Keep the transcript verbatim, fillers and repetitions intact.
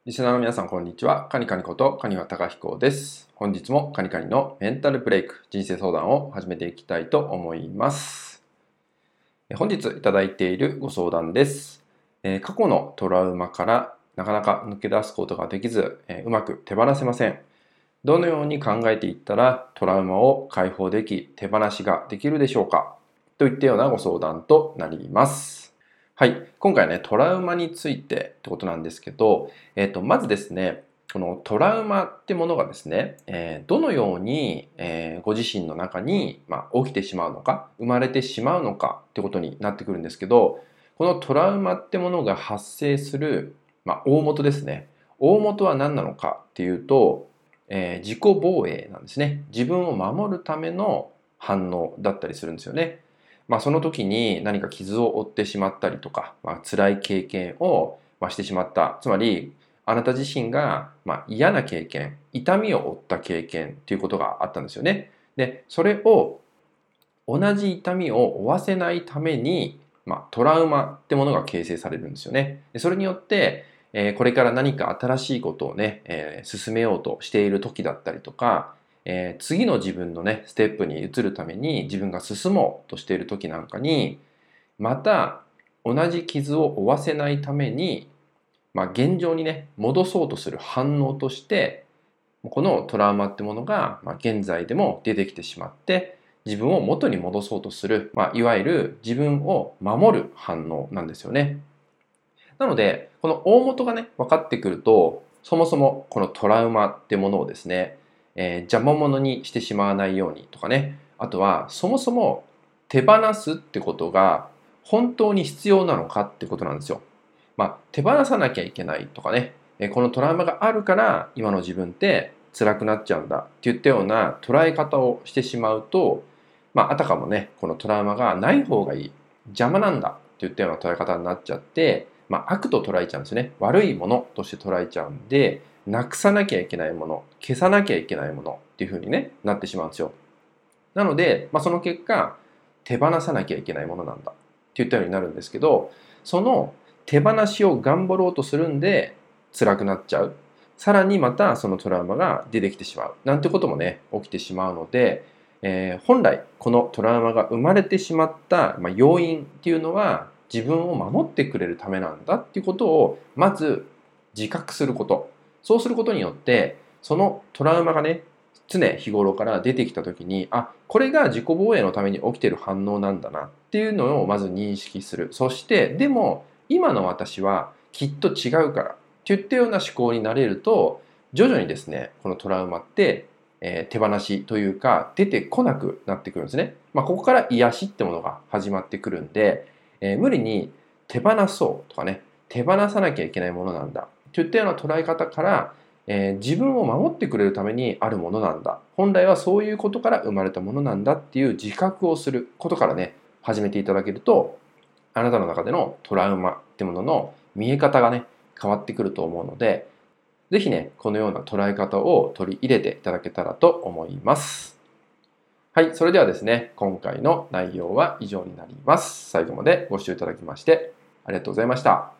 リスナーの皆さん、こんにちは。カニカニことカニワタカヒコです。本日もカニカニのメンタルブレイク人生相談を始めていきたいと思います。本日いただいているご相談です。過去のトラウマからなかなか抜け出すことができず、うまく手放せません。どのように考えていったらトラウマを解放でき、手放しができるでしょうか、といったようなご相談となります。はい。今回はね、トラウマについてってことなんですけど、えっと、まずですね、このトラウマってものがですね、えーどのように、えーご自身の中に、まあ、起きてしまうのか、生まれてしまうのかってことになってくるんですけど、このトラウマってものが発生する、まあ、大元ですね。大元は何なのかっていうと、えー自己防衛なんですね。自分を守るための反応だったりするんですよね。まあ、その時に何か傷を負ってしまったりとか、まあ、辛い経験を、まあ、してしまった。つまり、あなた自身が、まあ、嫌な経験、痛みを負った経験っていうことがあったんですよね。で、それを同じ痛みを負わせないために、まあ、トラウマってものが形成されるんですよね。でそれによって、えーこれから何か新しいことをね、えー進めようとしている時だったりとか、えー次の自分のね、ステップに移るために自分が進もうとしている時なんかに、また同じ傷を負わせないために、まあ、現状にね、戻そうとする反応として、このトラウマってものが、まあ、現在でも出てきてしまって、自分を元に戻そうとする、まあ、いわゆる自分を守る反応なんですよね。なので、この大元がね、分かってくると、そもそもこのトラウマってものをですね、えー邪魔者にしてしまわないようにとかね、あとはそもそも手放すってことが本当に必要なのかってことなんですよ。まあ、手放さなきゃいけないとかね、えーこのトラウマがあるから今の自分って辛くなっちゃうんだっていったような捉え方をしてしまうと、まあ、あたかもね、このトラウマがない方がいい、邪魔なんだっていったような捉え方になっちゃって、まあ、悪と捉えちゃうんですね。悪いものとして捉えちゃうんで、なくさなきゃいけないもの、消さなきゃいけないものっていうふうにね、なってしまうんですよ。なので、まあ、その結果、手放さなきゃいけないものなんだっていったようになるんですけど、その手放しを頑張ろうとするんで辛くなっちゃう。さらにまたそのトラウマが出てきてしまう。なんてこともね、起きてしまうので、えー本来このトラウマが生まれてしまった、まあ、要因っていうのは自分を守ってくれるためなんだっていうことをまず自覚すること。そうすることによって、そのトラウマがね、常日頃から出てきた時に、あ、これが自己防衛のために起きている反応なんだなっていうのをまず認識する。そして、でも今の私はきっと違うからっていったような思考になれると、徐々にですね、このトラウマって、えー手放しというか出てこなくなってくるんですね。まあ、ここから癒しってものが始まってくるんで、えー無理に手放そうとかね、手放さなきゃいけないものなんだといったような捉え方から、えー自分を守ってくれるためにあるものなんだ。本来はそういうことから生まれたものなんだっていう自覚をすることからね、始めていただけると、あなたの中でのトラウマってものの見え方がね、変わってくると思うので、ぜひね、このような捉え方を取り入れていただけたらと思います。はい、それではですね、今回の内容は以上になります。最後までご視聴いただきましてありがとうございました。